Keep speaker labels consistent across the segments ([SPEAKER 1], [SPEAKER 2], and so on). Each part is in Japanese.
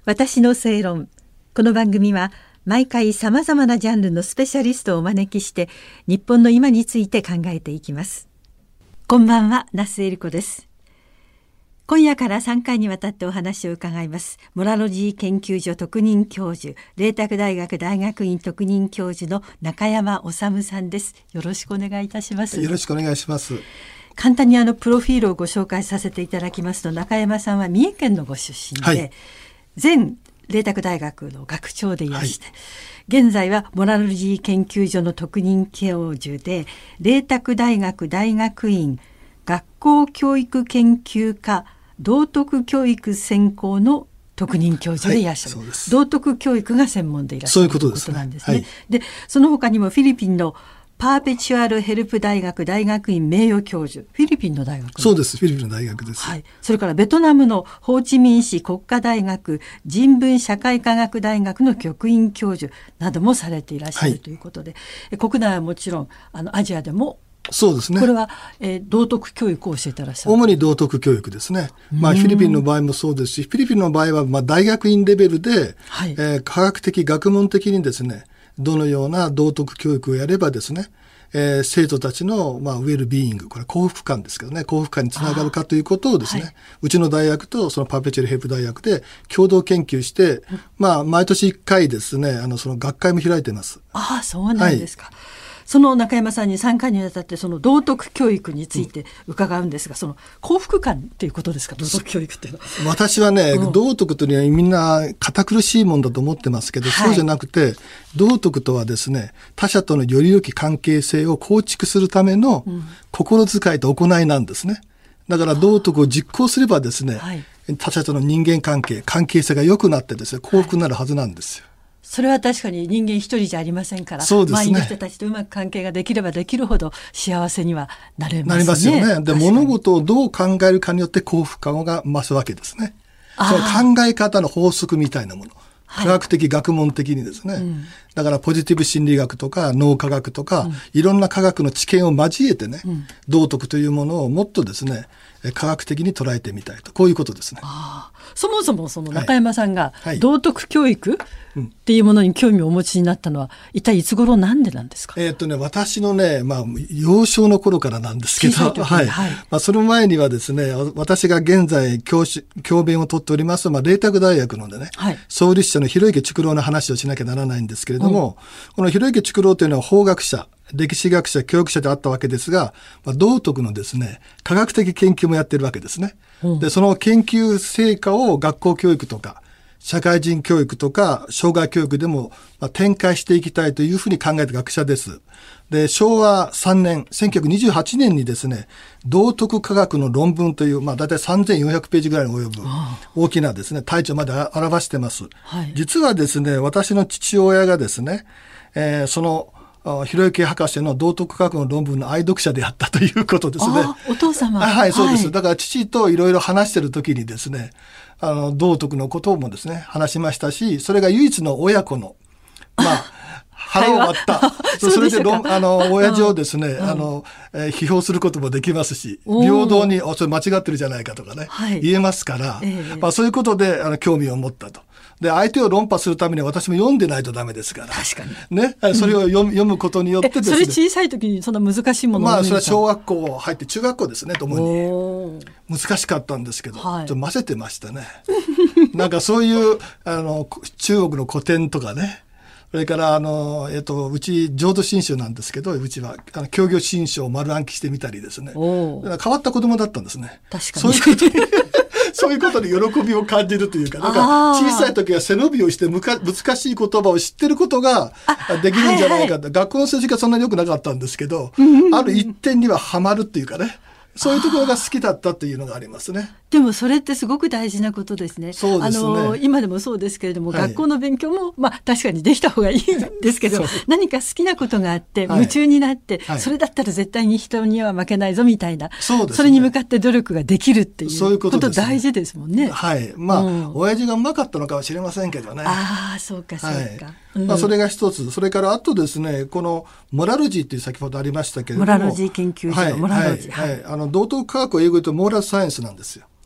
[SPEAKER 1] 私の正論。この番組は毎回さまざまなジャンルのスペシャリストをお招きして日本の今について考えていきます。こんばんは、那須恵理子です。今夜から3回にわたってお話を伺います。モラロジー研究所特任教授、麗澤大学大学院特任教授の中山修さんです。よろしくお願いいたします。
[SPEAKER 2] よろしくお願いします。
[SPEAKER 1] 簡単にプロフィールをご紹介させていただきますと、中山さんは三重県のご出身で、はい、前麗澤大学の学長でいらして、はい、現在はモラロジー研究所の特任教授で麗澤大学大学院学校教育研究科道徳教育専攻の特任教授でいらっしゃる、はい、道徳教育が専門でいらっしゃるということなんですね。で、その他にもフィリピンのパーペチュアルヘルプ大学大学院名誉教授、フィリピンの大学。
[SPEAKER 2] そうです、フィリピンの大学です、
[SPEAKER 1] はい、それからベトナムのホーチミン市国家大学人文社会科学大学の局員教授などもされていらっしゃるということで、はい、国内はもちろんアジアでも
[SPEAKER 2] そうですね。
[SPEAKER 1] これは、道徳教育を教えてらっしゃる。
[SPEAKER 2] 主に道徳教育ですね。フィリピンの場合もそうですし、フィリピンの場合は大学院レベルで、はい、科学的学問的にですね、どのような道徳教育をやればですね、生徒たちの、ウェルビーイング、これ幸福感ですけどね、幸福感につながるかということをですね、はい、うちの大学とそのパーペチュアルヘルプ大学で共同研究して、毎年1回ですね、その学会も開いています。
[SPEAKER 1] ああ、そうなんですか。はい、その中山さんに3回にわたってその道徳教育について伺うんですが、その幸福感っていうことですか、道徳教育っていうのは。
[SPEAKER 2] 私はね、道徳というのはみんな堅苦しいもんだと思ってますけど、そうじゃなくて、道徳とはですね、他者とのより良き関係性を構築するための心遣いと行いなんですね。だから道徳を実行すればですね、他者との人間関係性が良くなってですね、幸福になるはずなんですよ。
[SPEAKER 1] それは確かに人間一人じゃありませんから、
[SPEAKER 2] そうですね、
[SPEAKER 1] 周りの人たちとうまく関係ができればできるほど幸せにはなれますね。
[SPEAKER 2] なりますよね。で、物事をどう考えるかによって幸福感が増すわけですね。その考え方の法則みたいなもの。科学的、学問的にですね、だからポジティブ心理学とか脳科学とか、いろんな科学の知見を交えてね、道徳というものをもっとですね、科学的に捉えてみたいと、こういうことですね。
[SPEAKER 1] そもそもその中山さんが道徳教育っていうものに興味をお持ちになったのは一体いつ頃なんでなんですか？
[SPEAKER 2] 私のね、幼少の頃からなんですけど、その前にはですね、私が現在教鞭をとっております麗澤大学のね、創立者の広池竹郎の話をしなきゃならないんですけれども、この広池竹郎というのは法学者、歴史学者、教育者であったわけですが、道徳のですね、科学的研究もやってるわけですね。で、その研究成果を学校教育とか、社会人教育とか、障害教育でも展開していきたいというふうに考えた学者です。で、昭和3年、1928年にですね、道徳科学の論文という、だいたい3400ページぐらいに及ぶ大きなですね、大著まで表してます。実はですね、私の父親がですね、その、広池博士の道徳科学の論文の愛読者であったということですね。
[SPEAKER 1] お父様。
[SPEAKER 2] はい、そうです。だから父といろいろ話してるときにですね、道徳のこともですね、話しましたし、それが唯一の親子の、腹を割った。それで親父をですね、批評することもできますし、平等に、それ間違ってるじゃないかとかね、言えますから、そういうことで興味を持ったと。で、相手を論破するためには私も読んでないとダメですから。確かに。ね。それを読むことによってですね。
[SPEAKER 1] それ小さい時にそんな難しいものを
[SPEAKER 2] それは小学校入って中学校ですね、ともに。難しかったんですけど、ちょっと混ぜてましたね。なんかそういう、中国の古典とかね。それから、うち、浄土真宗なんですけど、うちは、教行真宗を丸暗記してみたりですね。変わった子供だったんですね。
[SPEAKER 1] 確かに。
[SPEAKER 2] そういうことに喜びを感じるというか、なんか小さい時は背伸びをして難しい言葉を知ってることができるんじゃないかと。学校の成績がそんなに良くなかったんですけど、ある一点にはハマるっていうかね。そういうところが好きだったというのがありますね。
[SPEAKER 1] でもそれってすごく大事なことですね。
[SPEAKER 2] そうですね。
[SPEAKER 1] 今でもそうですけれども、学校の勉強も、確かにできた方がいいんですけど、何か好きなことがあって、夢中になって、それだったら絶対に人には負けないぞみたいな、それに向かって努力ができるっていうこと大事ですもんね。
[SPEAKER 2] はい。親父がうまかったのかもしれませんけどね。
[SPEAKER 1] そうか、そうか。
[SPEAKER 2] それが一つ。それからあとですね、このモラロジーっていう先ほどありましたけれども。
[SPEAKER 1] モラロジー研究所のモラロジー。
[SPEAKER 2] 道徳科学を英語で言うとモーラルサイエンスなんですよ。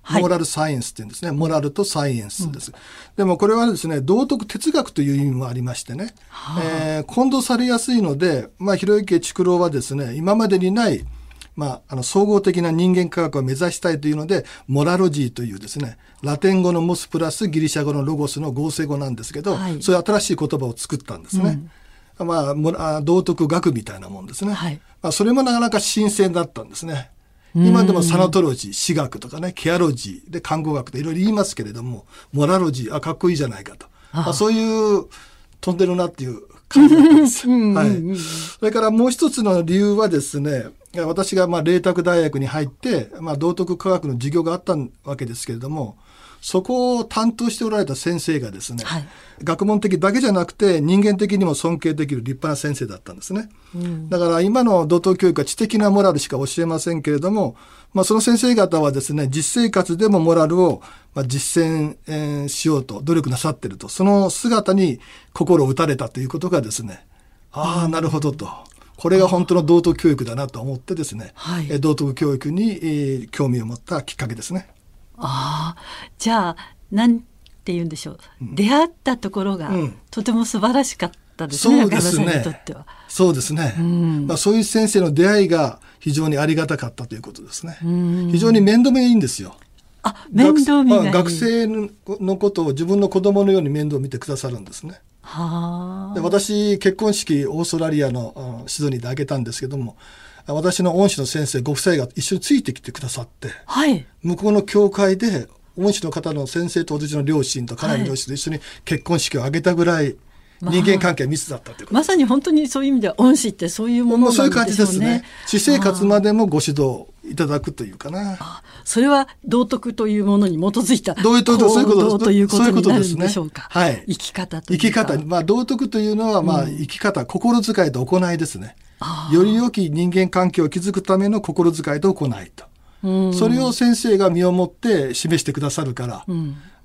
[SPEAKER 2] モラルサイエンスっていうんですね。モラルとサイエンスです。でもこれはですね、道徳哲学という意味もありましてね、混同されやすいので、ひろゆき竹郎はですね、今までにない、総合的な人間科学を目指したいというので、モラロジーというですね、ラテン語のモスプラスギリシャ語のロゴスの合成語なんですけど、そういう新しい言葉を作ったんですね。道徳学みたいなもんですね。それもなかなか新鮮だったんですね。今でもサナトロジー、私学とかね、ケアロジーで看護学といろいろ言いますけれども、モラロジー、かっこいいじゃないかと。そういう飛んでるなっていう感じだったんです。それからもう一つの理由はですね、私が麗澤大学に入って、道徳科学の授業があったわけですけれども、そこを担当しておられた先生がですね、学問的だけじゃなくて人間的にも尊敬できる立派な先生だったんですね。だから今の道徳教育は知的なモラルしか教えませんけれども、その先生方はですね、実生活でもモラルを実践しようと努力なさっていると、その姿に心を打たれたということがですね、なるほどと。これが本当の道徳教育だなと思ってですね、道徳教育に興味を持ったきっかけですね。
[SPEAKER 1] じゃあなんて言うんでしょう、出会ったところがとても素晴らしかったですね、中山さんにとっては。
[SPEAKER 2] そうですね、そういう先生の出会いが非常にありがたかったということですね。非常に面倒見がいいんですよ。
[SPEAKER 1] 面倒見がいい。
[SPEAKER 2] 学生のことを自分の子供のように面倒見てくださるんですね。で、私結婚式オーストラリアのシドニーで挙げたんですけども、私の恩師の先生ご夫妻が一緒についてきてくださって、向こうの教会で恩師の方の先生と私の両親と家内の両親と一緒に結婚式を挙げたぐらい人間関係は密だったということです。
[SPEAKER 1] まさに本当にそういう意味では恩師ってそういうものなんでしょうね。
[SPEAKER 2] そういう感じですね。私生活までもご指導いただくというかな。
[SPEAKER 1] それは道徳というものに基づいた行動ということになるんでしょうか。生き方というか。
[SPEAKER 2] 生き方。道徳というのは生き方、心遣いと行いですね。より良き人間関係を築くための心遣いと行いと。それを先生が身をもって示してくださるから、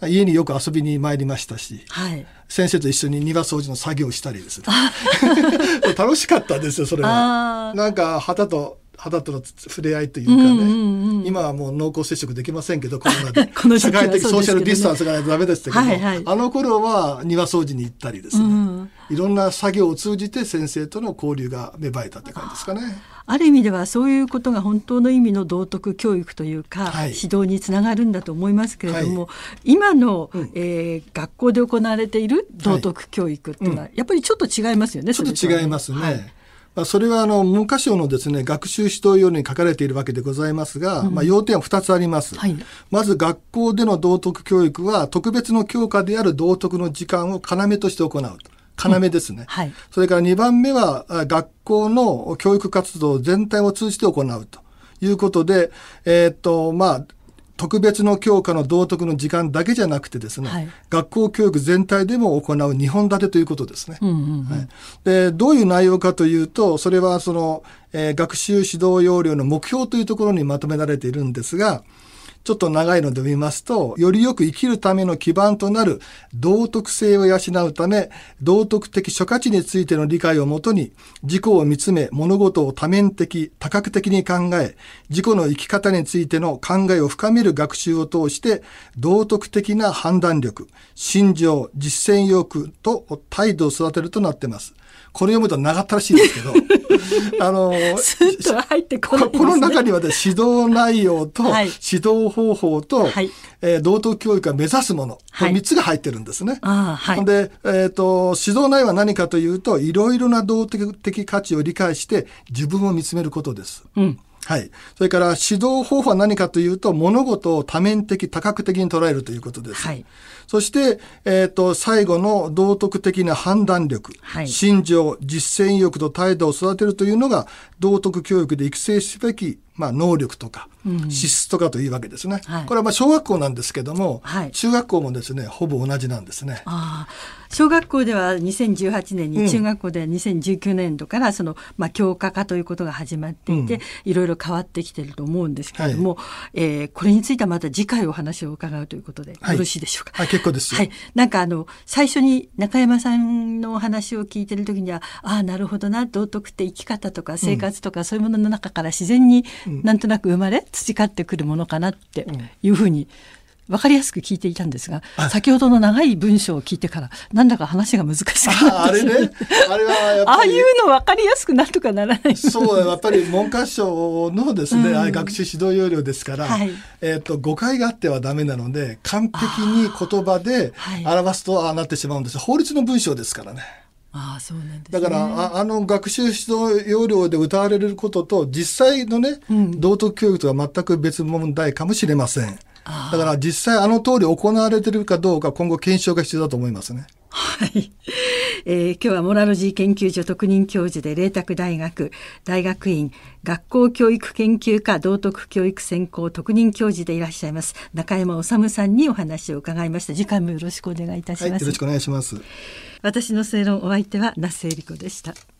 [SPEAKER 2] 家によく遊びに参りましたし、先生と一緒に庭掃除の作業をしたりですね。楽しかったですよ、それは。なんか肌との触れ合いというかね、今はもう濃厚接触できませんけど、コロナで社会的ソーシャルディスタンスがないとダメですけど、あの頃は庭掃除に行ったりですね、いろんな作業を通じて先生との交流が芽生えたという感じですかね。
[SPEAKER 1] ある意味ではそういうことが本当の意味の道徳教育というか、指導につながるんだと思いますけれども、今の、学校で行われている道徳教育っていうのは、やっぱりちょっと違いますよね。
[SPEAKER 2] ちょっと違いますね。それは文科省のですね、学習指導要領に書かれているわけでございますが、要点は2つあります。まず学校での道徳教育は特別の教科である道徳の時間を要として行うと。要ですね。それから2番目は学校の教育活動全体を通じて行うということで、特別の教科の道徳の時間だけじゃなくてですね、学校教育全体でも行う2本立てということですね。で、どういう内容かというと、それはその、学習指導要領の目標というところにまとめられているんですが、ちょっと長いので見ますと、よりよく生きるための基盤となる道徳性を養うため、道徳的諸価値についての理解をもとに、自己を見つめ、物事を多面的、多角的に考え、自己の生き方についての考えを深める学習を通して、道徳的な判断力、心情、実践欲と態度を育てるとなっています。これ読むと長ったらしいんですけど、
[SPEAKER 1] スッと入ってこないですね。
[SPEAKER 2] この中には、指導内容と、指導方法と、道徳教育が目指すもの、これ3つが入ってるんですね。で、指導内容は何かというと、いろいろな道徳的価値を理解して自分を見つめることです。それから指導方法は何かというと、物事を多面的、多角的に捉えるということです。そして、最後の道徳的な判断力、心情、実践欲と態度を育てるというのが、道徳教育で育成すべき、能力とか、資質とかというわけですね。これは小学校なんですけども、中学校もですね、ほぼ同じなんですね。
[SPEAKER 1] 小学校では2018年に、中学校では2019年度からその、教科化ということが始まっていて、いろいろ変わってきていると思うんですけれども、これについてはまた次回お話を伺うということで、よろしいでしょうか。
[SPEAKER 2] 結構ですよ。
[SPEAKER 1] なんか最初に中山さんのお話を聞いているときには、なるほどな、道徳って生き方とか生活とか、そういうものの中から自然になんとなく生まれ、 培ってくるものかなっていうふうに分かりやすく聞いていたんですが、先ほどの長い文章を聞いてからなんだか話が難しくなってしまって、
[SPEAKER 2] あれね、あれはやっぱり
[SPEAKER 1] ああいうの分かりやすくなんとかならない。
[SPEAKER 2] そうやっぱり文科省のですね、学習指導要領ですから、誤解があってはダメなので完璧に言葉で表すとなってしまうんです。法律の文章ですからね。
[SPEAKER 1] そうなんですね。
[SPEAKER 2] だから学習指導要領で謳われることと実際のね、道徳教育とは全く別問題かもしれません。だから実際通り行われているかどうか今後検証が必要だと思いますね。
[SPEAKER 1] はい。今日はモラロジー研究所特任教授で麗澤大学大学院学校教育研究科道徳教育専攻特任教授でいらっしゃいます中山修さんにお話を伺いました。次回もよろしくお願いいたします。
[SPEAKER 2] よろしくお願いします。
[SPEAKER 1] 私の正論、お相手は那須恵理子でした。